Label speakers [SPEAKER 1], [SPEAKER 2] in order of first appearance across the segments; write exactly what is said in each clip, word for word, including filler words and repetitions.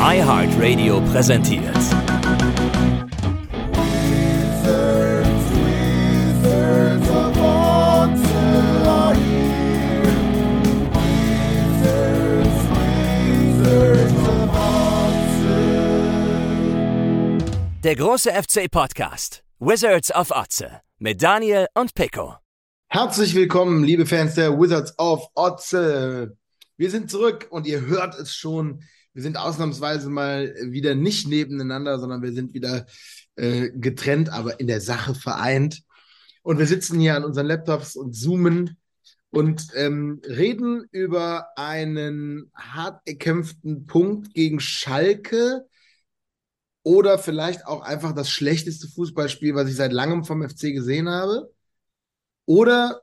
[SPEAKER 1] iHeartRadio präsentiert der große F C-Podcast Wizards of Otze mit Daniel und Pico.
[SPEAKER 2] Herzlich willkommen, liebe Fans der Wizards of Otze. Wir sind zurück und ihr hört es schon. Wir sind ausnahmsweise mal wieder nicht nebeneinander, sondern wir sind wieder äh, getrennt, aber in der Sache vereint. Und wir sitzen hier an unseren Laptops und zoomen und ähm, reden über einen hart erkämpften Punkt gegen Schalke oder vielleicht auch einfach das schlechteste Fußballspiel, was ich seit langem vom F C gesehen habe. Oder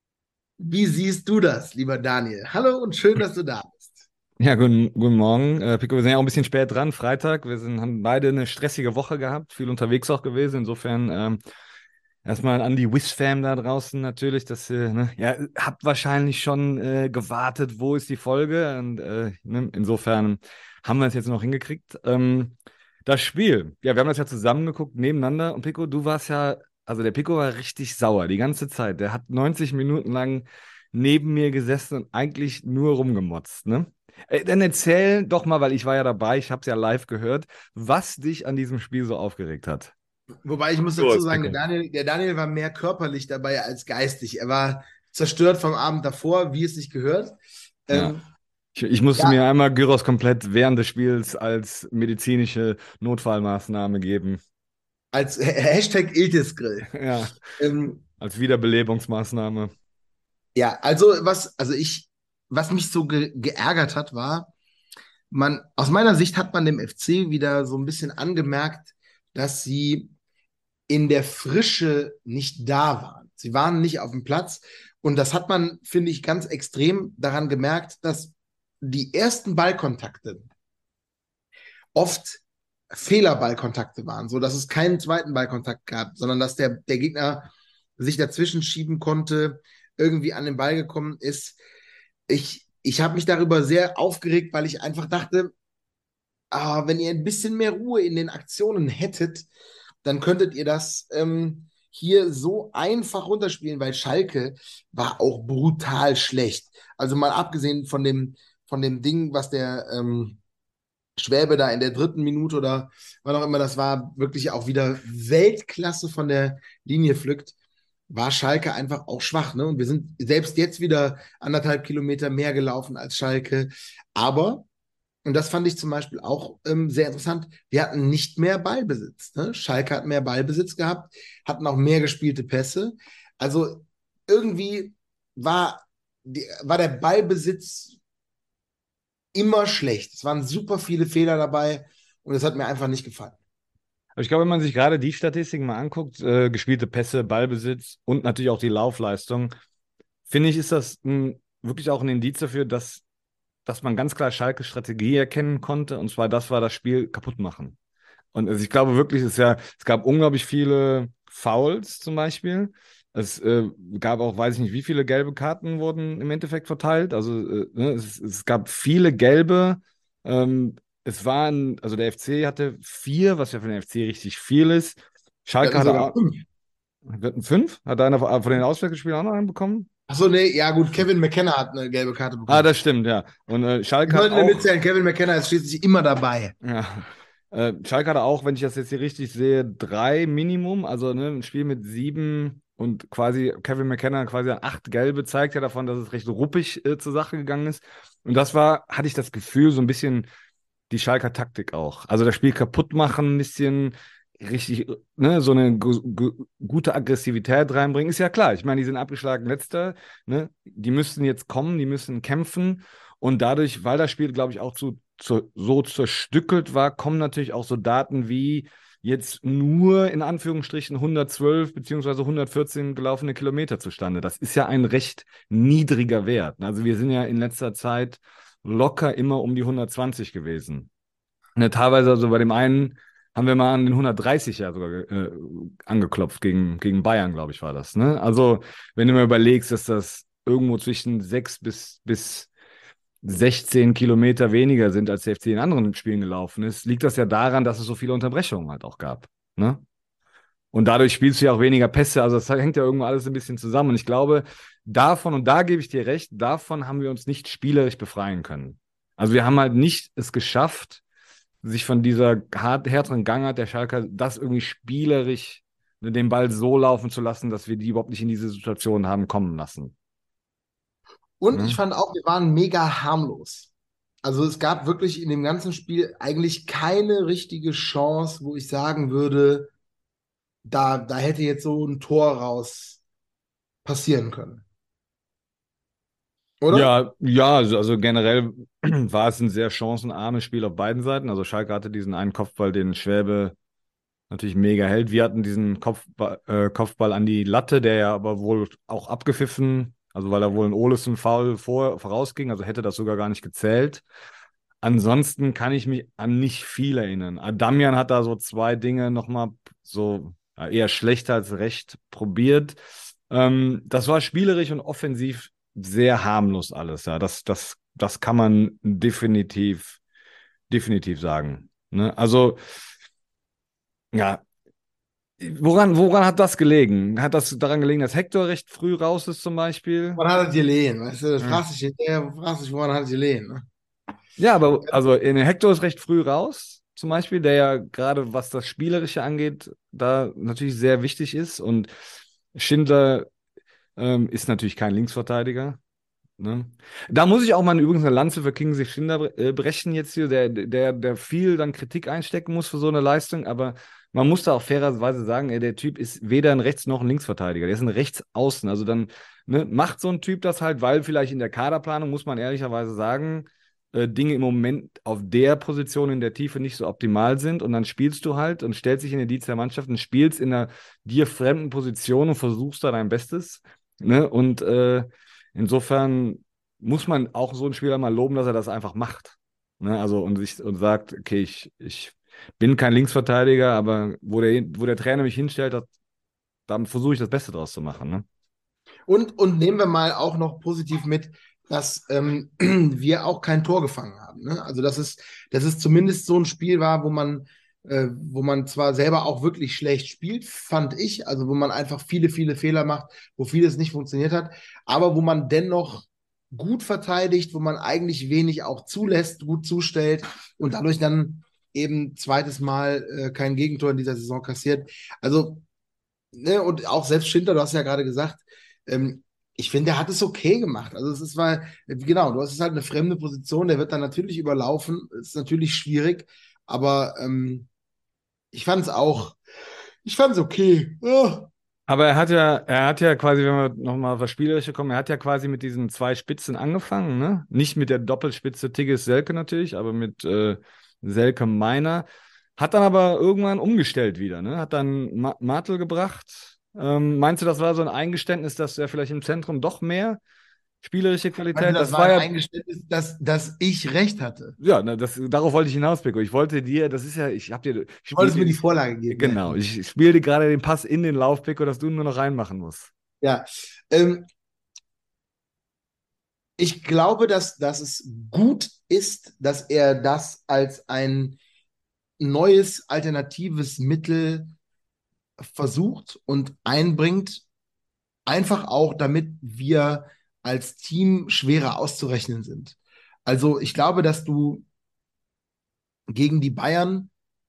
[SPEAKER 2] wie siehst du das, lieber Daniel? Hallo und schön, dass du da bist.
[SPEAKER 3] Ja, guten, guten Morgen, äh, Pico. Wir sind ja auch ein bisschen spät dran, Freitag. Wir sind, haben beide eine stressige Woche gehabt, viel unterwegs auch gewesen. Insofern ähm, erstmal an die Wiz-Fam da draußen natürlich, dass ihr, ne, ja, habt wahrscheinlich schon äh, gewartet, wo ist die Folge? Und äh, ne, insofern haben wir es jetzt noch hingekriegt. Ähm, das Spiel, ja, wir haben das ja zusammengeguckt, nebeneinander. Und Pico, du warst ja, also der Pico war richtig sauer die ganze Zeit. Der hat neunzig Minuten lang neben mir gesessen und eigentlich nur rumgemotzt, ne? Äh, dann erzähl doch mal, weil ich war ja dabei, ich habe es ja live gehört, was dich an diesem Spiel so aufgeregt hat.
[SPEAKER 2] Wobei ich muss dazu sagen, der Daniel, der Daniel war mehr körperlich dabei als geistig. Er war zerstört vom Abend davor, wie es sich gehört.
[SPEAKER 3] Ja.
[SPEAKER 2] Ähm,
[SPEAKER 3] Ich, ich musste
[SPEAKER 2] ja.
[SPEAKER 3] mir einmal Gyros komplett während des Spiels als medizinische Notfallmaßnahme geben.
[SPEAKER 2] Als Hashtag Iltis-Grill.
[SPEAKER 3] Ja,
[SPEAKER 2] ähm,
[SPEAKER 3] als Wiederbelebungsmaßnahme.
[SPEAKER 2] ja, also was, also ich, was mich so ge geärgert hat, war, man, aus meiner Sicht hat man dem F C wieder so ein bisschen angemerkt, dass sie in der Frische nicht da waren. Sie waren nicht auf dem Platz. Und das hat man, finde ich, ganz extrem daran gemerkt, dass die ersten Ballkontakte oft Fehlerballkontakte waren, so dass es keinen zweiten Ballkontakt gab, sondern dass der, der Gegner sich dazwischen schieben konnte, irgendwie an den Ball gekommen ist. Ich, ich habe mich darüber sehr aufgeregt, weil ich einfach dachte, ah, wenn ihr ein bisschen mehr Ruhe in den Aktionen hättet, dann könntet ihr das ähm, hier so einfach runterspielen, weil Schalke war auch brutal schlecht. Also mal abgesehen von dem, von dem Ding, was der ähm, Schwäbe da in der dritten Minute oder wann auch immer das war, wirklich auch wieder Weltklasse von der Linie pflückt, war Schalke einfach auch schwach. Ne? Und wir sind selbst jetzt wieder anderthalb Kilometer mehr gelaufen als Schalke. Aber und das fand ich zum Beispiel auch ähm, sehr interessant. Wir hatten nicht mehr Ballbesitz. Ne? Schalke hat mehr Ballbesitz gehabt, hatten auch mehr gespielte Pässe. Also irgendwie war, die, war der Ballbesitz immer schlecht. Es waren super viele Fehler dabei und es hat mir einfach nicht gefallen.
[SPEAKER 3] Aber ich glaube, wenn man sich gerade die Statistiken mal anguckt, äh, gespielte Pässe, Ballbesitz und natürlich auch die Laufleistung, finde ich, ist das ein, wirklich auch ein Indiz dafür, dass dass man ganz klar Schalkes Strategie erkennen konnte, und zwar das war das Spiel kaputt machen. Und also ich glaube wirklich, es, ist ja, es gab unglaublich viele Fouls zum Beispiel. Es äh, gab auch, weiß ich nicht, wie viele gelbe Karten wurden im Endeffekt verteilt. Also äh, ne, es, es gab viele gelbe. Ähm, es waren, also der F C hatte vier, was ja für den F C richtig viel ist. Schalke hatte auch fünf. fünf? Hat einer von den Auswärtsspielern auch noch einen bekommen?
[SPEAKER 2] Achso, nee, ja gut, Kevin McKenna hat eine gelbe Karte bekommen.
[SPEAKER 3] Ah, das stimmt, ja. Und äh, Schalke hat
[SPEAKER 2] sollten wir
[SPEAKER 3] auch...
[SPEAKER 2] mitzählen, Kevin McKenna ist schließlich immer dabei.
[SPEAKER 3] Ja. Äh, Schalke hatte auch, wenn ich das jetzt hier richtig sehe, drei Minimum. Also ne, ein Spiel mit sieben und quasi Kevin McKenna quasi acht Gelbe zeigt ja davon, dass es recht ruppig äh, zur Sache gegangen ist. Und das war, hatte ich das Gefühl, so ein bisschen die Schalker Taktik auch. Also das Spiel kaputt machen, ein bisschen richtig, ne, so eine gute Aggressivität reinbringen. Ist ja klar, ich meine, die sind abgeschlagen letzter, ne? Die müssten jetzt kommen, die müssen kämpfen und dadurch, weil das Spiel, glaube ich, auch zu, zu, so zerstückelt war, kommen natürlich auch so Daten wie jetzt nur in Anführungsstrichen hundertzwölf beziehungsweise hundertvierzehn gelaufene Kilometer zustande. Das ist ja ein recht niedriger Wert. Also wir sind ja in letzter Zeit locker immer um die hundertzwanzig gewesen. Ne, teilweise also bei dem einen haben wir mal an den hundertdreißig ja sogar äh, angeklopft, gegen, gegen Bayern, glaube ich, war das. Ne? Also, wenn du mir überlegst, dass das irgendwo zwischen sechs bis, bis sechzehn Kilometer weniger sind, als der F C in anderen Spielen gelaufen ist, liegt das ja daran, dass es so viele Unterbrechungen halt auch gab. Ne? Und dadurch spielst du ja auch weniger Pässe. Also das hängt ja irgendwo alles ein bisschen zusammen. Und ich glaube, davon, und da gebe ich dir recht, davon haben wir uns nicht spielerisch befreien können. Also wir haben halt nicht es geschafft, sich von dieser hart, härteren Gangart der Schalker, das irgendwie spielerisch, ne, den Ball so laufen zu lassen, dass wir die überhaupt nicht in diese Situation haben kommen lassen.
[SPEAKER 2] Und ich
[SPEAKER 3] Ne?
[SPEAKER 2] fand auch, wir waren mega harmlos. Also es gab wirklich in dem ganzen Spiel eigentlich keine richtige Chance, wo ich sagen würde, da, da hätte jetzt so ein Tor raus passieren können. Oder?
[SPEAKER 3] Ja, ja, also, also generell war es ein sehr chancenarmes Spiel auf beiden Seiten. Also Schalke hatte diesen einen Kopfball, den Schwäbe natürlich mega hält. Wir hatten diesen Kopfball, äh, Kopfball an die Latte, der ja aber wohl auch abgepfiffen, also weil da wohl ein Olesen-Foul vor, vorausging, also hätte das sogar gar nicht gezählt. Ansonsten kann ich mich an nicht viel erinnern. Adamian hat da so zwei Dinge nochmal so ja, eher schlechter als recht probiert. Ähm, das war spielerisch und offensiv sehr harmlos alles. Ja, das, das, das kann man definitiv, definitiv sagen. Ne? Also, ja, woran, woran hat das gelegen? Hat das daran gelegen, dass Hector recht früh raus ist zum Beispiel?
[SPEAKER 2] Woran hat er gelegen? Weißt du, das
[SPEAKER 3] Ja.
[SPEAKER 2] fragst du dich hinterher, fragst du dich, woran hat er gelegen? Ne?
[SPEAKER 3] Ja, aber also in Hector ist recht früh raus, zum Beispiel, der ja gerade was das Spielerische angeht, da natürlich sehr wichtig ist. Und Schindler ähm, ist natürlich kein Linksverteidiger. Ne? Da muss ich auch mal übrigens eine Lanze für Kingsley Schindler äh, brechen jetzt hier, der, der, der viel dann Kritik einstecken muss für so eine Leistung, aber man muss da auch fairerweise sagen, ey, der Typ ist weder ein Rechts- noch ein Linksverteidiger, der ist ein Rechtsaußen. Also dann ne, macht so ein Typ das halt, weil vielleicht in der Kaderplanung, muss man ehrlicherweise sagen, äh, Dinge im Moment auf der Position in der Tiefe nicht so optimal sind und dann spielst du halt und stellst dich in den Dienst der Mannschaft und spielst in einer dir fremden Position und versuchst da dein Bestes. Ne? Und äh, insofern muss man auch so einen Spieler mal loben, dass er das einfach macht. Ne? Also und sich und sagt, okay, ich, ich bin kein Linksverteidiger, aber wo der, wo der Trainer mich hinstellt, das, da versuche ich das Beste draus zu machen. Ne?
[SPEAKER 2] Und, und nehmen wir mal auch noch positiv mit, dass ähm, wir auch kein Tor gefangen haben. Ne? Also dass es, dass es zumindest so ein Spiel war, wo man, äh, wo man zwar selber auch wirklich schlecht spielt, fand ich, also wo man einfach viele, viele Fehler macht, wo vieles nicht funktioniert hat, aber wo man dennoch gut verteidigt, wo man eigentlich wenig auch zulässt, gut zustellt und dadurch dann eben zweites Mal äh, kein Gegentor in dieser Saison kassiert. Also ne, und auch selbst Schindler, du hast ja gerade gesagt, ähm, ich finde, der hat es okay gemacht. Also es ist weil, genau, du hast es halt eine fremde Position, der wird dann natürlich überlaufen, ist natürlich schwierig, aber ähm, ich fand es auch, ich fand es okay. Ja.
[SPEAKER 3] Aber er hat ja, er hat ja quasi, wenn wir nochmal auf das Spielerische kommen, er hat ja quasi mit diesen zwei Spitzen angefangen, ne? Nicht mit der Doppelspitze Tigges Selke natürlich, aber mit äh, Selke Meiner. Hat dann aber irgendwann umgestellt wieder, ne? Hat dann Ma Martel gebracht. Ähm, meinst du, das war so ein Eingeständnis, dass er vielleicht im Zentrum doch mehr spielerische
[SPEAKER 2] Ich meinte,
[SPEAKER 3] Qualität?
[SPEAKER 2] das
[SPEAKER 3] Das
[SPEAKER 2] war
[SPEAKER 3] war
[SPEAKER 2] ein
[SPEAKER 3] ja,
[SPEAKER 2] Eingeständnis, dass, dass ich recht hatte.
[SPEAKER 3] ja, ne, das, darauf wollte ich hinaus, Pico. Ich wollte dir, das ist ja, ich hab dir, ich
[SPEAKER 2] Du
[SPEAKER 3] spiele
[SPEAKER 2] wolltest mir die
[SPEAKER 3] dir,
[SPEAKER 2] Vorlage geben.
[SPEAKER 3] genau,
[SPEAKER 2] Ne?
[SPEAKER 3] ich spiele dir gerade den Pass in den Lauf, Pico, dass du nur noch reinmachen musst.
[SPEAKER 2] Ja. Ähm, ich glaube, dass, dass es gut ist, dass er das als ein neues, alternatives Mittel versucht und einbringt, einfach auch, damit wir als Team schwerer auszurechnen sind. Also ich glaube, dass du gegen die Bayern,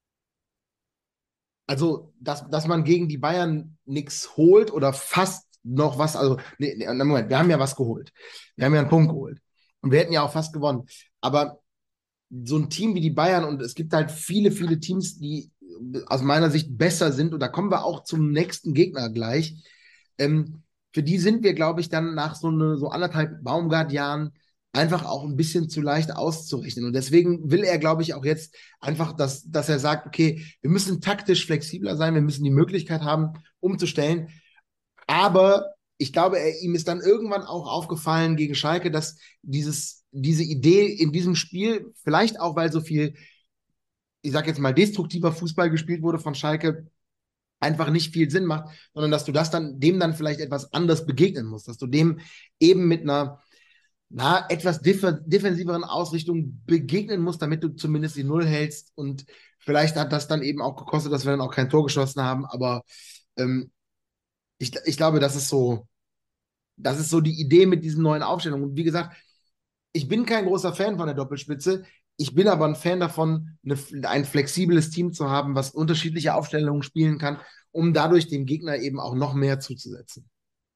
[SPEAKER 2] also dass, dass man gegen die Bayern nichts holt oder fast noch was, also nee, nee, Moment, wir haben ja was geholt. Wir haben ja einen Punkt geholt. Und wir hätten ja auch fast gewonnen. Aber so ein Team wie die Bayern, und es gibt halt viele, viele Teams, die aus meiner Sicht besser sind, und da kommen wir auch zum nächsten Gegner gleich. Ähm, für die sind wir, glaube ich, dann nach so, eine, so anderthalb Baumgart-Jahren einfach auch ein bisschen zu leicht auszurechnen. Und deswegen will er, glaube ich, auch jetzt einfach, dass, dass er sagt, okay, wir müssen taktisch flexibler sein, wir müssen die Möglichkeit haben, umzustellen. Aber ich glaube, er, ihm ist dann irgendwann auch aufgefallen gegen Schalke, dass dieses, diese Idee in diesem Spiel, vielleicht auch, weil so viel, ich sag jetzt mal, destruktiver Fußball gespielt wurde von Schalke, einfach nicht viel Sinn macht, sondern dass du das dann, dem dann vielleicht etwas anders begegnen musst, dass du dem eben mit einer na, etwas def defensiveren Ausrichtung begegnen muss, damit du zumindest die Null hältst. Und vielleicht hat das dann eben auch gekostet, dass wir dann auch kein Tor geschossen haben. Aber ähm, ich, ich glaube, das ist so, das ist so die Idee mit diesen neuen Aufstellungen. Und wie gesagt, ich bin kein großer Fan von der Doppelspitze. Ich bin aber ein Fan davon, eine, ein flexibles Team zu haben, was unterschiedliche Aufstellungen spielen kann, um dadurch dem Gegner eben auch noch mehr zuzusetzen.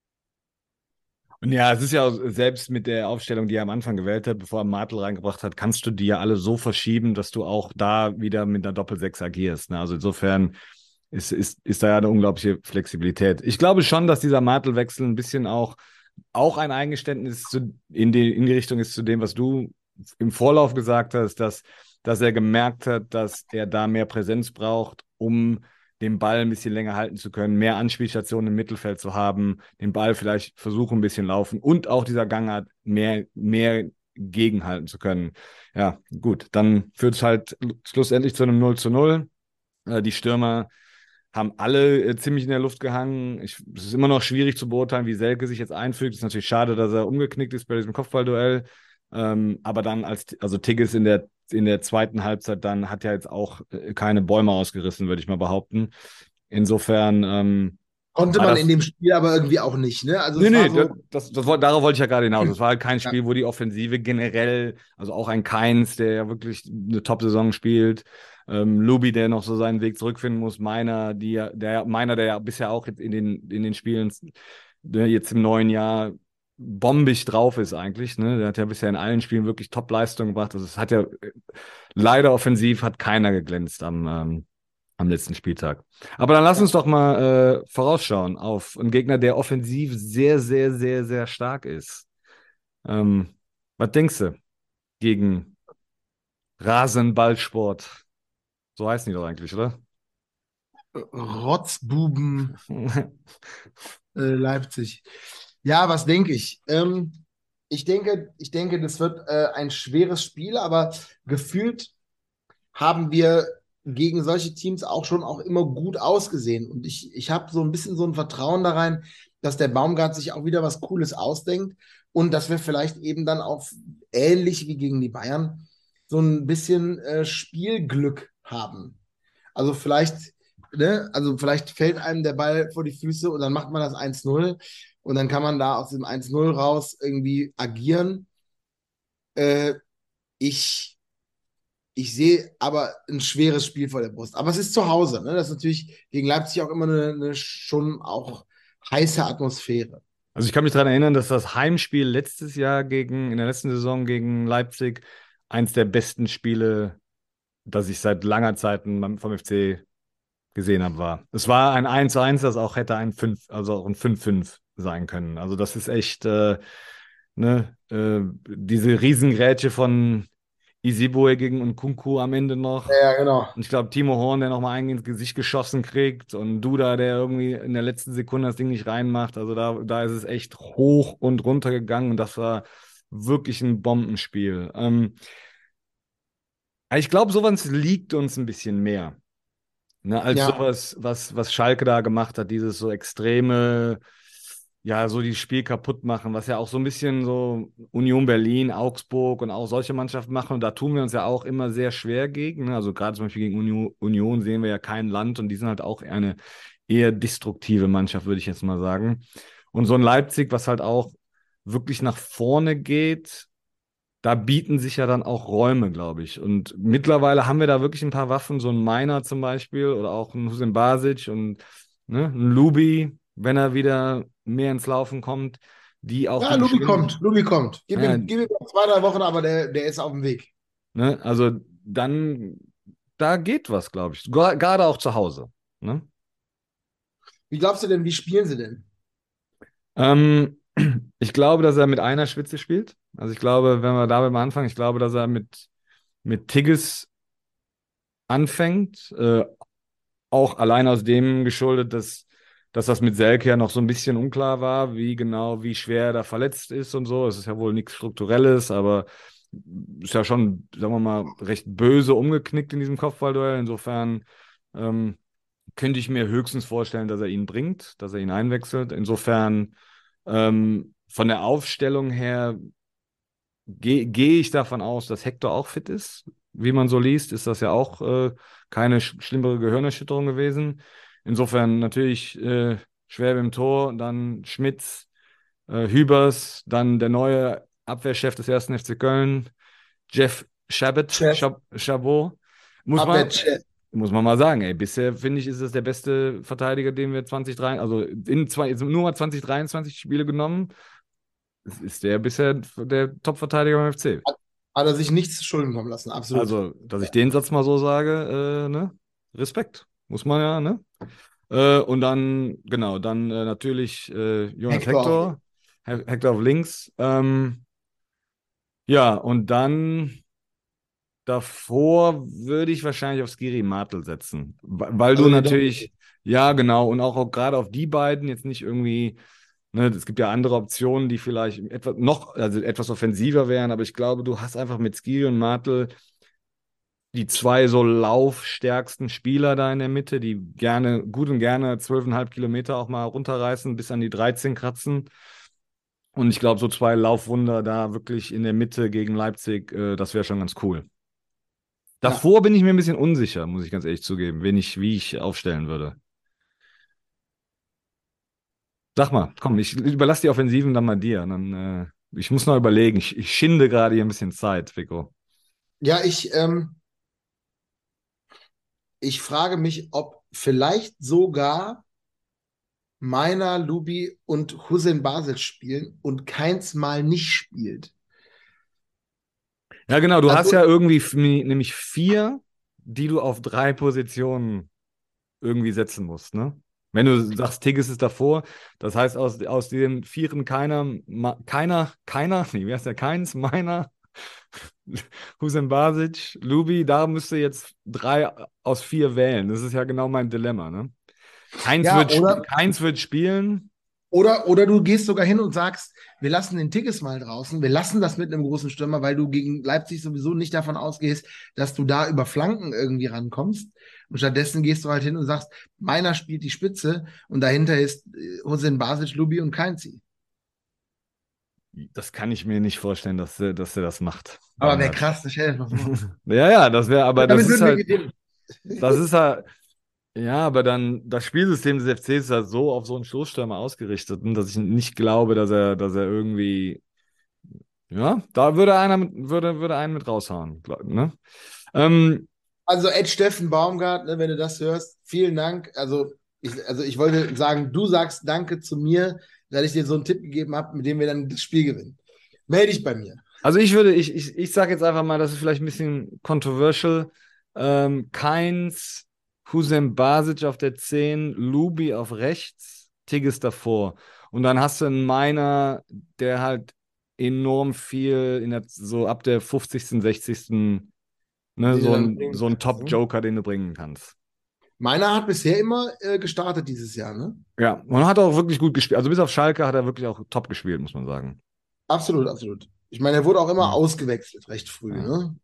[SPEAKER 3] Und ja, es ist ja auch, selbst mit der Aufstellung, die er am Anfang gewählt hat, bevor er Martel reingebracht hat, kannst du die ja alle so verschieben, dass du auch da wieder mit einer Doppelsechs agierst. Ne? Also insofern ist, ist, ist da ja eine unglaubliche Flexibilität. Ich glaube schon, dass dieser Martel-Wechsel ein bisschen auch, auch ein Eingeständnis zu, in die, in die Richtung ist zu dem, was du im Vorlauf gesagt hast, dass, dass er gemerkt hat, dass er da mehr Präsenz braucht, um den Ball ein bisschen länger halten zu können, mehr Anspielstationen im Mittelfeld zu haben, den Ball vielleicht versuchen, ein bisschen laufen und auch dieser Gangart mehr, mehr gegenhalten zu können. Ja, gut, dann führt es halt schlussendlich zu einem null zu null. Äh, die Stürmer haben alle äh, ziemlich in der Luft gehangen. Ich, es ist immer noch schwierig zu beurteilen, wie Selke sich jetzt einfügt. Es ist natürlich schade, dass er umgeknickt ist bei diesem Kopfballduell. Ähm, aber dann als, also Tigges in der, in der zweiten Halbzeit dann hat ja jetzt auch äh, keine Bäume ausgerissen, würde ich mal behaupten. Insofern ähm,
[SPEAKER 2] Konnte
[SPEAKER 3] war
[SPEAKER 2] man in
[SPEAKER 3] das.
[SPEAKER 2] dem Spiel aber irgendwie auch nicht, ne? Also
[SPEAKER 3] Nee,
[SPEAKER 2] es war
[SPEAKER 3] nee, das,
[SPEAKER 2] so,
[SPEAKER 3] das, das, woll- darauf wollte ich ja gerade hinaus. Es war halt kein
[SPEAKER 2] ja,
[SPEAKER 3] Spiel, wo die Offensive generell, also auch ein Keins, der ja wirklich eine Top-Saison spielt, ähm, Lubi, der noch so seinen Weg zurückfinden muss, Meiner, die, ja- der, Meiner, der ja bisher auch jetzt in den, in den Spielen, der jetzt im neuen Jahr bombig drauf ist eigentlich, ne? Der hat ja bisher in allen Spielen wirklich Top-Leistung gebracht. Also es hat ja äh, leider offensiv hat keiner geglänzt am, ähm, am letzten Spieltag. Aber dann lass uns
[SPEAKER 2] ja.
[SPEAKER 3] doch mal äh, vorausschauen auf einen Gegner, der offensiv sehr, sehr, sehr, sehr stark ist. Ähm, was denkst du gegen Rasenballsport? So heißen die doch eigentlich, oder?
[SPEAKER 2] Rotzbuben äh, Leipzig. Ja, was denke ich? Ähm, ich denke, ich denke, das wird äh, ein schweres Spiel, aber gefühlt haben wir gegen solche Teams auch schon auch immer gut ausgesehen. Und ich, ich habe so ein bisschen so ein Vertrauen da rein, dass der Baumgart sich auch wieder was Cooles ausdenkt und dass wir vielleicht eben dann auch ähnlich wie gegen die Bayern so ein bisschen äh, Spielglück haben. Also vielleicht, ne, also vielleicht fällt einem der Ball vor die Füße und dann macht man das eins null und dann kann man da aus dem eins null raus irgendwie agieren. Äh, ich ich sehe aber ein schweres Spiel vor der Brust. Aber es ist zu Hause. Ne? Das ist natürlich gegen Leipzig auch immer eine, eine schon auch heiße Atmosphäre.
[SPEAKER 3] Also ich kann mich daran erinnern, dass das Heimspiel letztes Jahr gegen, in der letzten Saison gegen Leipzig eins der besten Spiele, das ich seit langer Zeit beim- vom F C gesehen habe, war. Es war ein eins zu eins, das auch hätte ein fünf, also auch ein fünf fünf sein können. Also das ist echt, äh, ne, äh, diese Riesengrätsche von Isibue gegen Nkunku am Ende
[SPEAKER 2] Ja,
[SPEAKER 3] noch.
[SPEAKER 2] ja, genau.
[SPEAKER 3] Und ich glaube, Timo Horn, der nochmal einen ins Gesicht geschossen kriegt und Duda, der irgendwie in der letzten Sekunde das Ding nicht reinmacht. Also da, da ist es echt hoch und runter gegangen und das war wirklich ein Bombenspiel. Ähm, ich glaube, sowas liegt uns ein bisschen mehr. Ne, als
[SPEAKER 2] Ja,
[SPEAKER 3] sowas, was, was Schalke da gemacht hat, dieses so extreme, ja, so die Spiel kaputt machen, was ja auch so ein bisschen so Union Berlin, Augsburg und auch solche Mannschaften machen. Und da tun wir uns ja auch immer sehr schwer gegen. Ne? Also gerade zum Beispiel gegen Union, Union sehen wir ja kein Land und die sind halt auch eine eher destruktive Mannschaft, würde ich jetzt mal sagen. Und so ein Leipzig, was halt auch wirklich nach vorne geht, da bieten sich ja dann auch Räume, glaube ich. Und mittlerweile haben wir da wirklich ein paar Waffen, so ein Meiner zum Beispiel oder auch ein Hussein Basic und ne, ein Lubi, wenn er wieder mehr ins Laufen kommt, die auch
[SPEAKER 2] ja,
[SPEAKER 3] die
[SPEAKER 2] Lubi
[SPEAKER 3] Geschwindigkeit.
[SPEAKER 2] kommt, Lubi kommt. Gib
[SPEAKER 3] Ja,
[SPEAKER 2] ihm, gib ihm noch zwei, drei Wochen, aber der, der ist auf dem Weg.
[SPEAKER 3] ne, also dann, da geht was, glaube ich. Gra- Gerade auch zu Hause. Ne?
[SPEAKER 2] Wie glaubst du denn, wie spielen sie denn?
[SPEAKER 3] Ähm, ich glaube, dass er mit einer Spitze spielt. Also ich glaube, wenn wir damit mal anfangen, ich glaube, dass er mit, mit Tigges anfängt. Äh, Auch allein aus dem geschuldet, dass, dass das mit Selke ja noch so ein bisschen unklar war, wie genau, wie schwer er da verletzt ist und so. Es ist ja wohl nichts Strukturelles, aber ist ja schon, sagen wir mal, recht böse umgeknickt in diesem Kopfballduell. Insofern ähm, könnte ich mir höchstens vorstellen, dass er ihn bringt, dass er ihn einwechselt. Insofern ähm, von der Aufstellung her gehe geh ich davon aus, dass Hector auch fit ist. Wie man so liest, ist das ja auch äh, keine sch schlimmere Gehirnerschütterung gewesen. Insofern natürlich äh, Schwäbe im Tor, dann Schmitz, äh, Hübers, dann der neue Abwehrchef des ersten F C Köln, Jeff Chabot,
[SPEAKER 2] Chef,
[SPEAKER 3] Chab Chabot. Muss man,
[SPEAKER 2] Abwehrchef.
[SPEAKER 3] muss man mal sagen, ey, bisher finde ich, ist es der beste Verteidiger, den wir zwanzig dreiundzwanzig, also in zwei, jetzt nur mal zwanzig dreiundzwanzig Spiele genommen, ist der bisher der Top-Verteidiger beim F C.
[SPEAKER 2] Hat er sich nichts zu Schulden kommen lassen, absolut.
[SPEAKER 3] Also, dass ich den Satz mal so sage, äh, ne? Respekt. Muss man ja, ne? Äh, und dann, genau, dann äh, natürlich äh, Jonas
[SPEAKER 2] Hector.
[SPEAKER 3] Hector, He Hector auf links. Ähm, ja, und dann davor würde ich wahrscheinlich auf Skiri Martel setzen. Wa- Weil du
[SPEAKER 2] Also die
[SPEAKER 3] natürlich, ja, genau, und auch, auch gerade auf die beiden jetzt nicht irgendwie, ne, es gibt ja andere Optionen, die vielleicht etwas noch, also etwas offensiver wären, aber ich glaube, du hast einfach mit Skiri und Martel die zwei so laufstärksten Spieler da in der Mitte, die gerne, gut und gerne zwölfeinhalb Kilometer auch mal runterreißen, bis an die dreizehn kratzen. Und ich glaube, so zwei Laufwunder da wirklich in der Mitte gegen Leipzig, äh, das wäre schon ganz cool.
[SPEAKER 2] Ja.
[SPEAKER 3] Davor bin ich mir ein bisschen unsicher, muss ich ganz ehrlich zugeben, wen ich, wie ich aufstellen würde. Sag mal, komm, ich überlasse die Offensiven dann mal dir. Dann, äh, ich muss noch überlegen. Ich, ich schinde gerade hier ein bisschen Zeit, Vico.
[SPEAKER 2] Ja, ich, ähm, ich frage mich, ob vielleicht sogar Meiner, Lubi und Hussein Basic spielen und keins mal nicht spielt.
[SPEAKER 3] Ja, genau, du hast
[SPEAKER 2] Also,
[SPEAKER 3] ja irgendwie f- nämlich vier, die du auf drei Positionen irgendwie setzen musst, ne? Wenn du sagst, Tigges ist davor, das heißt, aus, aus den Vieren keiner, ma, keiner, keiner, nee, wie heißt der? Keins, meiner, Hussein Basic, Lubi, da müsst ihr jetzt drei aus vier wählen. Das ist ja genau mein Dilemma, ne? Keins
[SPEAKER 2] ja,
[SPEAKER 3] wird, sp-
[SPEAKER 2] oder,
[SPEAKER 3] keins wird spielen.
[SPEAKER 2] oder, oder du gehst sogar hin und sagst, wir lassen den Tickets mal draußen, wir lassen das mit einem großen Stürmer, weil du gegen Leipzig sowieso nicht davon ausgehst, dass du da über Flanken irgendwie rankommst. Und stattdessen gehst du halt hin und sagst, Meiner spielt die Spitze und dahinter ist äh, Hussein Basic, Lubi und Keinzi.
[SPEAKER 3] Das kann ich mir nicht vorstellen, dass, er- dass er das macht,
[SPEAKER 2] Aber wäre
[SPEAKER 3] Baumgart.
[SPEAKER 2] krass, stell dir das mal vor.
[SPEAKER 3] Ja, ja, das wäre, aber das
[SPEAKER 2] Damit
[SPEAKER 3] ist
[SPEAKER 2] würden wir
[SPEAKER 3] halt,
[SPEAKER 2] gewinnen.
[SPEAKER 3] das ist halt, ja, aber dann, das Spielsystem des F C ist halt so auf so einen Stoßstürmer ausgerichtet, ne, dass ich nicht glaube, dass er, dass er irgendwie, ja, da würde einer mit, würde, würde einen mit raushauen, glaub, ne? Ähm,
[SPEAKER 2] Also Ed Steffen Baumgart, ne, wenn du das hörst, vielen Dank. Also ich, also ich wollte sagen, du sagst Danke zu mir, dass ich dir so einen Tipp gegeben habe, mit dem wir dann das Spiel gewinnen. Melde dich bei mir.
[SPEAKER 3] also ich würde, ich, ich, ich sage jetzt einfach mal, das ist vielleicht ein bisschen controversial. Ähm, Keins, Hussein Basic auf der zehn, Lubi auf rechts, Tigges davor. Und dann hast du einen Miner, der halt enorm viel in der, so ab der fünfzigsten, sechzigsten Ne,
[SPEAKER 2] Die du
[SPEAKER 3] so
[SPEAKER 2] dann
[SPEAKER 3] ein,
[SPEAKER 2] bringen
[SPEAKER 3] so ein
[SPEAKER 2] kannst, ne?
[SPEAKER 3] Top-Joker, den du bringen kannst.
[SPEAKER 2] Meiner hat bisher immer äh, gestartet dieses Jahr, ne?
[SPEAKER 3] Ja, und hat auch wirklich gut gespielt. Also bis auf Schalke hat er wirklich auch top gespielt, muss man sagen.
[SPEAKER 2] Absolut, absolut. Ich meine, er wurde auch immer
[SPEAKER 3] Ja.
[SPEAKER 2] ausgewechselt, recht früh,
[SPEAKER 3] Ja.
[SPEAKER 2] ne?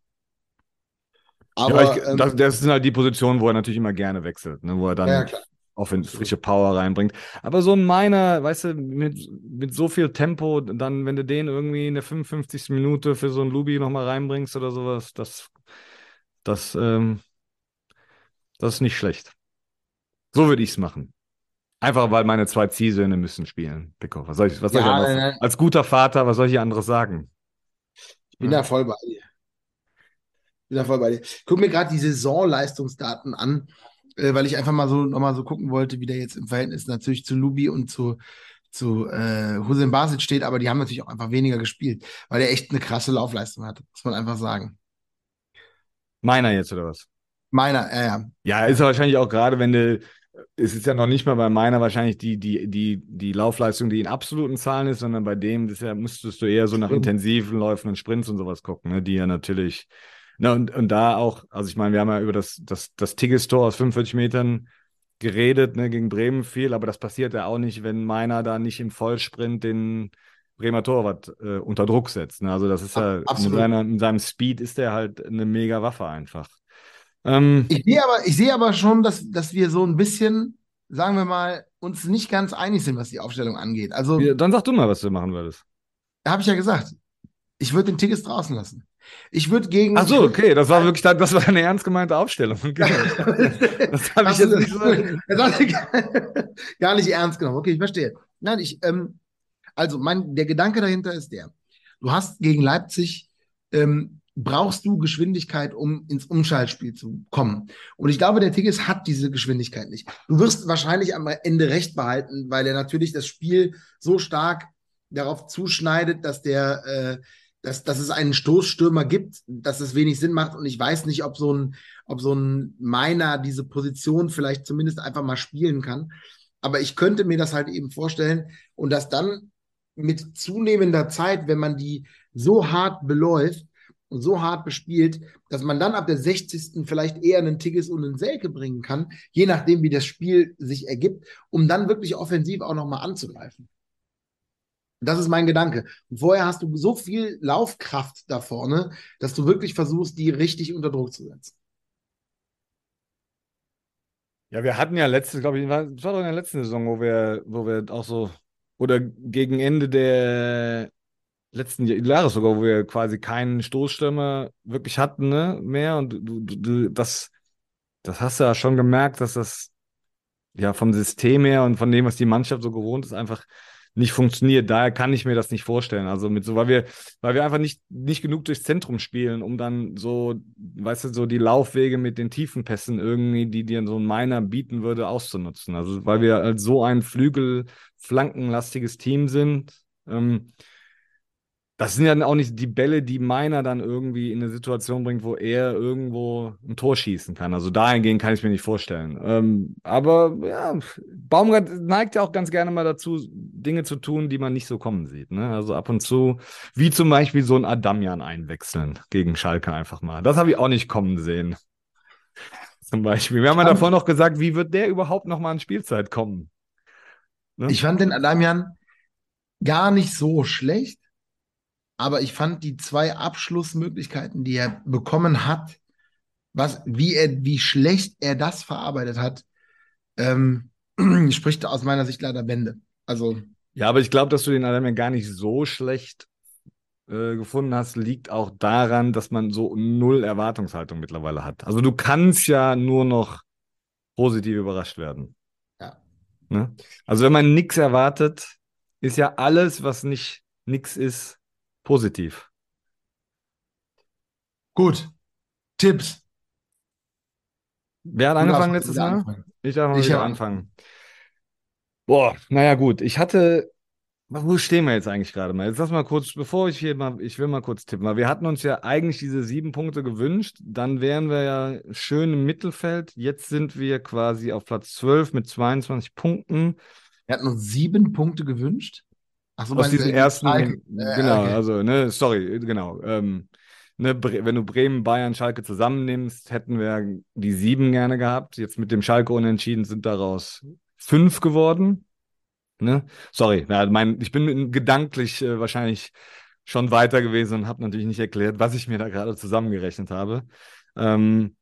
[SPEAKER 3] Ja, ich,
[SPEAKER 2] Aber,
[SPEAKER 3] das,
[SPEAKER 2] ähm,
[SPEAKER 3] das sind halt die Positionen, wo er natürlich immer gerne wechselt, ne? Wo er
[SPEAKER 2] ja, ja,
[SPEAKER 3] dann
[SPEAKER 2] klar,
[SPEAKER 3] auch in
[SPEAKER 2] absolut.
[SPEAKER 3] frische Power reinbringt. Aber so ein Miner, weißt du, mit, mit so viel Tempo, dann, wenn du den irgendwie in der fünfundfünfzigsten Minute für so einen Lubi nochmal reinbringst oder sowas, das, das, ähm, das ist nicht schlecht. So würde ich es machen. Einfach weil meine zwei Ziehsöhne müssen spielen. Pico, was soll ich, was soll ich
[SPEAKER 2] Ja,
[SPEAKER 3] anders?
[SPEAKER 2] nein, nein,
[SPEAKER 3] Als guter Vater, was soll ich hier anderes sagen?
[SPEAKER 2] ich bin
[SPEAKER 3] Ja.
[SPEAKER 2] da voll bei dir. Ich bin da voll bei dir. Ich guck mir gerade die Saisonleistungsdaten an, äh, weil ich einfach mal so nochmal so gucken wollte, wie der jetzt im Verhältnis natürlich zu Lubi und zu, zu äh, Hussein Basic steht, aber die haben natürlich auch einfach weniger gespielt, weil er echt eine krasse Laufleistung hat, muss man einfach sagen.
[SPEAKER 3] Meiner jetzt, oder was?
[SPEAKER 2] Meiner, ja, ja.
[SPEAKER 3] Ja, ist ja wahrscheinlich auch gerade, wenn du, es ist ja noch nicht mal bei meiner wahrscheinlich die, die, die, die Laufleistung, die in absoluten Zahlen ist, sondern bei dem, das ja, müsstest du eher so nach
[SPEAKER 2] Sprint.
[SPEAKER 3] intensiven Läufen und Sprints und sowas gucken, ne? Die ja natürlich, na und, und da auch, also ich meine, wir haben ja über das, das, das Tigges-Tor aus fünfundvierzig Metern geredet, ne, gegen Bremen viel, aber das passiert ja auch nicht, wenn meiner da nicht im Vollsprint den Bremer Torwart äh, unter Druck setzt. Ne? Also das ist
[SPEAKER 2] Ab,
[SPEAKER 3] ja, mit,
[SPEAKER 2] absolut.
[SPEAKER 3] seiner, mit seinem Speed ist der halt eine mega Waffe einfach. Ähm,
[SPEAKER 2] Ich sehe aber, ich sehe aber schon, dass, dass wir so ein bisschen, sagen wir mal, uns nicht ganz einig sind, was die Aufstellung angeht. Also,
[SPEAKER 3] wie, dann sag du mal, was du machen würdest.
[SPEAKER 2] habe ich ja gesagt, Ich würde den Tigges draußen lassen. Ich würde gegen.
[SPEAKER 3] Ach
[SPEAKER 2] Ich
[SPEAKER 3] so,
[SPEAKER 2] würd,
[SPEAKER 3] okay, das war wirklich, das war eine ernst gemeinte Aufstellung. Okay. Das habe ich
[SPEAKER 2] Hast du
[SPEAKER 3] jetzt
[SPEAKER 2] das,
[SPEAKER 3] nicht so.
[SPEAKER 2] das hast du gar gar nicht ernst genommen. Okay, ich verstehe. Nein, ich, ähm, also mein, der Gedanke dahinter ist der, du hast gegen Leipzig, ähm, brauchst du Geschwindigkeit, um ins Umschaltspiel zu kommen. Und ich glaube, der Tigges hat diese Geschwindigkeit nicht. Du wirst wahrscheinlich am Ende recht behalten, weil er natürlich das Spiel so stark darauf zuschneidet, dass der, äh, dass, dass es einen Stoßstürmer gibt, dass es wenig Sinn macht. Und ich weiß nicht, ob so ein, ob so ein Meiner diese Position vielleicht zumindest einfach mal spielen kann. Aber ich könnte mir das halt eben vorstellen und dass dann mit zunehmender Zeit, wenn man die so hart beläuft und so hart bespielt, dass man dann ab der sechzigsten vielleicht eher einen Tigges und einen Selke bringen kann, je nachdem, wie das Spiel sich ergibt, um dann wirklich offensiv auch nochmal anzugreifen. Das ist mein Gedanke. Und vorher hast du so viel Laufkraft da vorne, dass du wirklich versuchst, die richtig unter Druck zu setzen.
[SPEAKER 3] Ja, wir hatten ja letztes, glaube ich, war, das war doch in der letzten Saison, wo wir, wo wir auch so, oder gegen Ende der letzten Jahres sogar, wo wir quasi keinen Stoßstürmer wirklich hatten, ne, mehr. Und du, du, du, das, das hast du ja schon gemerkt, dass das ja vom System her und von dem, was die Mannschaft so gewohnt ist, einfach nicht funktioniert. Daher kann ich mir das nicht vorstellen. Also mit so, weil wir, weil wir einfach nicht, nicht genug durchs Zentrum spielen, um dann so, weißt du, so die Laufwege mit den tiefen Pässen irgendwie, die dir so ein Miner bieten würde, auszunutzen. Also weil wir als so ein flügelflankenlastiges Team sind. Ähm, das sind ja auch nicht die Bälle, die Meiner dann irgendwie in eine Situation bringt, wo er irgendwo ein Tor schießen kann. Also dahingehend kann ich mir nicht vorstellen. Ähm, aber ja, Baumgart neigt ja auch ganz gerne mal dazu, Dinge zu tun, die man nicht so kommen sieht. Ne? Also ab und zu, wie zum Beispiel so ein Adamjan einwechseln gegen Schalke einfach mal. Das habe ich auch nicht kommen sehen. Zum Beispiel. Wir haben ja davor noch gesagt, wie wird der überhaupt noch mal an Spielzeit kommen? Ne?
[SPEAKER 2] Ich fand den Adamian gar nicht so schlecht. Aber ich fand die zwei Abschlussmöglichkeiten, die er bekommen hat, was, wie er, wie schlecht er das verarbeitet hat, ähm, spricht aus meiner Sicht leider Bände. Also,
[SPEAKER 3] Ja, aber ich glaube, dass du den Adamjan gar nicht so schlecht äh, gefunden hast, liegt auch daran, dass man so null Erwartungshaltung mittlerweile hat. Also du kannst ja nur noch positiv überrascht werden.
[SPEAKER 2] ja.
[SPEAKER 3] Ne? Also wenn man nichts erwartet, ist ja alles, was nicht nix ist, positiv.
[SPEAKER 2] Gut. Tipps.
[SPEAKER 3] Wer hat
[SPEAKER 2] Du darfst
[SPEAKER 3] angefangen
[SPEAKER 2] heute
[SPEAKER 3] letztes
[SPEAKER 2] wieder
[SPEAKER 3] Mal?
[SPEAKER 2] anfangen.
[SPEAKER 3] Ich darf mal
[SPEAKER 2] Ich
[SPEAKER 3] wieder
[SPEAKER 2] habe angefangen.
[SPEAKER 3] anfangen. Boah, naja, gut. Ich hatte. Wo stehen wir jetzt eigentlich gerade mal? Jetzt lass mal kurz, bevor ich hier mal, ich will mal kurz tippen, weil wir hatten uns ja eigentlich diese sieben Punkte gewünscht, dann wären wir ja schön im Mittelfeld. Jetzt sind wir quasi auf Platz zwölf mit zweiundzwanzig Punkten.
[SPEAKER 2] Er hat nur sieben Punkte gewünscht. Ach so,
[SPEAKER 3] Aus
[SPEAKER 2] meinst du,
[SPEAKER 3] diesen
[SPEAKER 2] äh, gegen
[SPEAKER 3] ersten,
[SPEAKER 2] Schalke?
[SPEAKER 3] hin-
[SPEAKER 2] Äh,
[SPEAKER 3] genau,
[SPEAKER 2] okay.
[SPEAKER 3] also, ne, sorry, genau. Ähm, ne, Bre wenn du Bremen, Bayern, Schalke zusammennimmst, hätten wir die sieben gerne gehabt. Jetzt mit dem Schalke unentschieden sind daraus fünf geworden. Ne? Sorry, ja, mein, ich bin gedanklich äh, wahrscheinlich schon weiter gewesen und habe natürlich nicht erklärt, was ich mir da gerade zusammengerechnet habe. Ähm,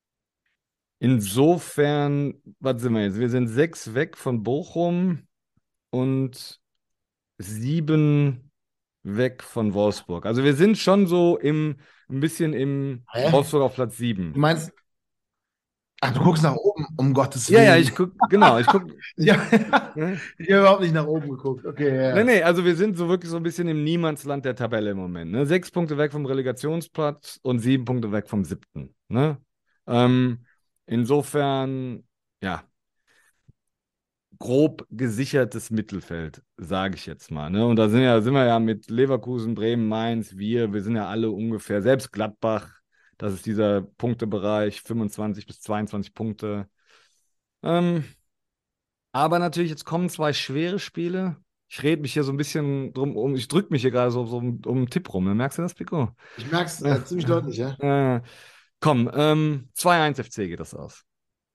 [SPEAKER 3] insofern, was sind wir jetzt? Wir sind sechs weg von Bochum und sieben weg von Wolfsburg. Also wir sind schon so im, ein bisschen im
[SPEAKER 2] Hä?
[SPEAKER 3] Wolfsburg auf Platz
[SPEAKER 2] Du
[SPEAKER 3] sieben.
[SPEAKER 2] meinst, ach, du guckst nach oben, um Gottes
[SPEAKER 3] Ja, ja,
[SPEAKER 2] Willen.
[SPEAKER 3] ich guck, genau, ich guck,
[SPEAKER 2] Ich
[SPEAKER 3] ich,
[SPEAKER 2] habe
[SPEAKER 3] ne?
[SPEAKER 2] ich hab überhaupt nicht nach oben geguckt. Okay, ja.
[SPEAKER 3] Nee,
[SPEAKER 2] Ja.
[SPEAKER 3] nee, also wir sind so wirklich so ein bisschen im Niemandsland der Tabelle im Moment. Ne? Sechs Punkte weg vom Relegationsplatz und sieben Punkte weg vom siebten. Ne? Ähm, insofern, ja, grob gesichertes Mittelfeld, sage ich jetzt mal. Ne? Und da sind ja, sind wir ja mit Leverkusen, Bremen, Mainz, wir, wir sind ja alle ungefähr, selbst Gladbach, das ist dieser Punktebereich, fünfundzwanzig bis zweiundzwanzig Punkte. Ähm, aber natürlich, jetzt kommen zwei schwere Spiele. Ich rede mich hier so ein bisschen drum um, ich drücke mich hier gerade so, so um, um einen Tipp rum. Ne? Merkst du das, Pico?
[SPEAKER 2] Ich merke es
[SPEAKER 3] Ja.
[SPEAKER 2] äh, ziemlich deutlich, ja.
[SPEAKER 3] Äh, komm, ähm, zwei eins F C geht das aus.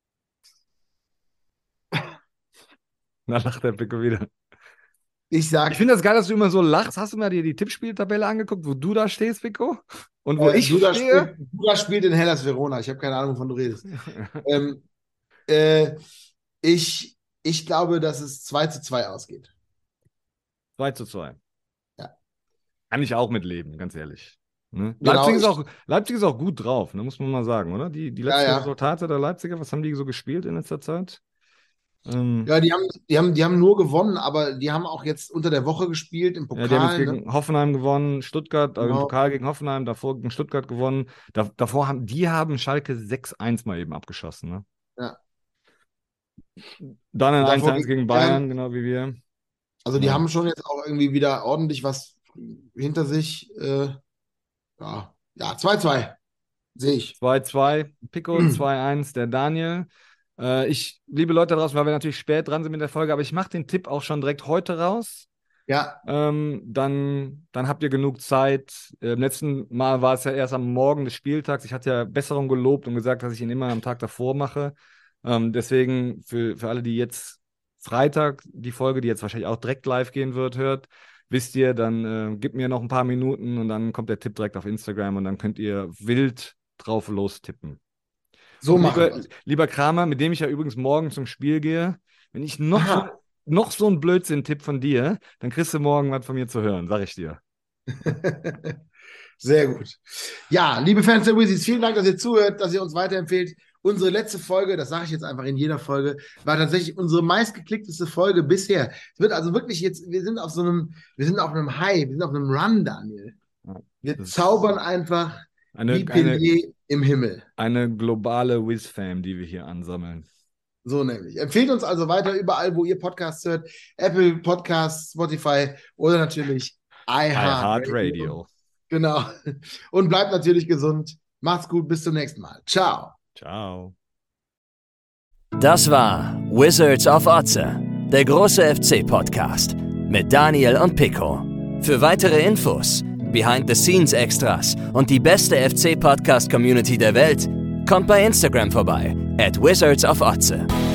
[SPEAKER 3] Da lacht der Pico wieder.
[SPEAKER 2] Ich
[SPEAKER 3] Ich
[SPEAKER 2] sag,
[SPEAKER 3] finde das geil, dass du immer so lachst. Hast du mal dir die Tippspieltabelle angeguckt, wo du da stehst, Pico? Und wo
[SPEAKER 2] äh,
[SPEAKER 3] ich
[SPEAKER 2] Duda
[SPEAKER 3] stehe?
[SPEAKER 2] spielt, Duda spielt in Hellas Verona. Ich habe keine Ahnung, wovon du redest. Ähm, äh, ich, ich glaube, dass es zwei zu zwei ausgeht.
[SPEAKER 3] zwei zu zwei.
[SPEAKER 2] Ja.
[SPEAKER 3] Kann ich auch mitleben, ganz ehrlich. Ne?
[SPEAKER 2] Genau,
[SPEAKER 3] Leipzig, ist
[SPEAKER 2] ich-
[SPEAKER 3] auch, Leipzig ist auch gut drauf, ne? Muss man mal sagen, oder? Die, die letzten
[SPEAKER 2] Ja, ja.
[SPEAKER 3] Resultate der Leipziger, was haben die so gespielt in letzter Zeit? Ähm,
[SPEAKER 2] Ja, die haben, die haben, die haben nur gewonnen, aber die haben auch jetzt unter der Woche gespielt im
[SPEAKER 3] ja, die haben
[SPEAKER 2] Pokal.
[SPEAKER 3] jetzt
[SPEAKER 2] Ne?
[SPEAKER 3] gegen Hoffenheim gewonnen, Stuttgart, äh, im
[SPEAKER 2] Genau.
[SPEAKER 3] Pokal gegen Hoffenheim, davor gegen Stuttgart gewonnen. Da, davor haben, die haben Schalke sechs eins mal eben abgeschossen, ne?
[SPEAKER 2] Ja.
[SPEAKER 3] Dann ein
[SPEAKER 2] Und
[SPEAKER 3] eins
[SPEAKER 2] davor
[SPEAKER 3] eins
[SPEAKER 2] gegen
[SPEAKER 3] gegen
[SPEAKER 2] Bayern.
[SPEAKER 3] Bayern, genau wie wir.
[SPEAKER 2] Also die
[SPEAKER 3] Ja.
[SPEAKER 2] haben schon jetzt auch irgendwie wieder ordentlich was hinter sich. Äh, ja, ja, zwei zwei sehe ich.
[SPEAKER 3] zwei zwei, Pico zwei eins, der Daniel. Äh, ich, liebe Leute da draußen, weil wir natürlich spät dran sind mit der Folge, aber ich mache den Tipp auch schon direkt heute raus.
[SPEAKER 2] Ja,
[SPEAKER 3] Ähm, dann, dann habt ihr genug Zeit. Äh, Im letzten Mal war es ja erst am Morgen des Spieltags. Ich hatte ja Besserung gelobt und gesagt, dass ich ihn immer am Tag davor mache. Ähm, deswegen für, für alle, die jetzt Freitag die Folge, die jetzt wahrscheinlich auch direkt live gehen wird, hört, wisst ihr, dann äh, gebt mir noch ein paar Minuten und dann kommt der Tipp direkt auf Instagram und dann könnt ihr wild drauf lostippen.
[SPEAKER 2] so machen
[SPEAKER 3] Lieber,
[SPEAKER 2] wir
[SPEAKER 3] lieber Kramer, mit dem ich ja übrigens morgen zum Spiel gehe, wenn ich noch so,
[SPEAKER 2] Aha.
[SPEAKER 3] noch so einen Blödsinn-Tipp von dir, dann kriegst du morgen was von mir zu hören, sag ich dir.
[SPEAKER 2] Sehr gut. Ja, liebe Fans der Wizards, vielen Dank, dass ihr zuhört, dass ihr uns weiterempfehlt. Unsere letzte Folge, das sage ich jetzt einfach in jeder Folge, war tatsächlich unsere meistgeklickteste Folge bisher. Es wird also wirklich jetzt, wir sind auf so einem, wir sind auf einem High, wir sind auf einem Run, Daniel. Wir
[SPEAKER 3] Das ist
[SPEAKER 2] zaubern einfach
[SPEAKER 3] eine,
[SPEAKER 2] wie
[SPEAKER 3] eine,
[SPEAKER 2] Pelé im Himmel.
[SPEAKER 3] eine globale Wiz-Fam, die wir hier ansammeln.
[SPEAKER 2] So nämlich. Empfehlt uns also weiter überall, wo ihr Podcasts hört. Apple Podcasts, Spotify oder natürlich iHeartRadio.
[SPEAKER 3] iHeartRadio.
[SPEAKER 2] Genau. Und bleibt natürlich gesund. Macht's gut. Bis zum nächsten Mal. Ciao.
[SPEAKER 3] Ciao.
[SPEAKER 1] Das war Wizards of Otze, der große F C-Podcast mit Daniel und Pico. Für weitere Infos, Behind-the-Scenes-Extras und die beste F C-Podcast-Community der Welt, kommt bei Instagram vorbei, at Wizards of Otze.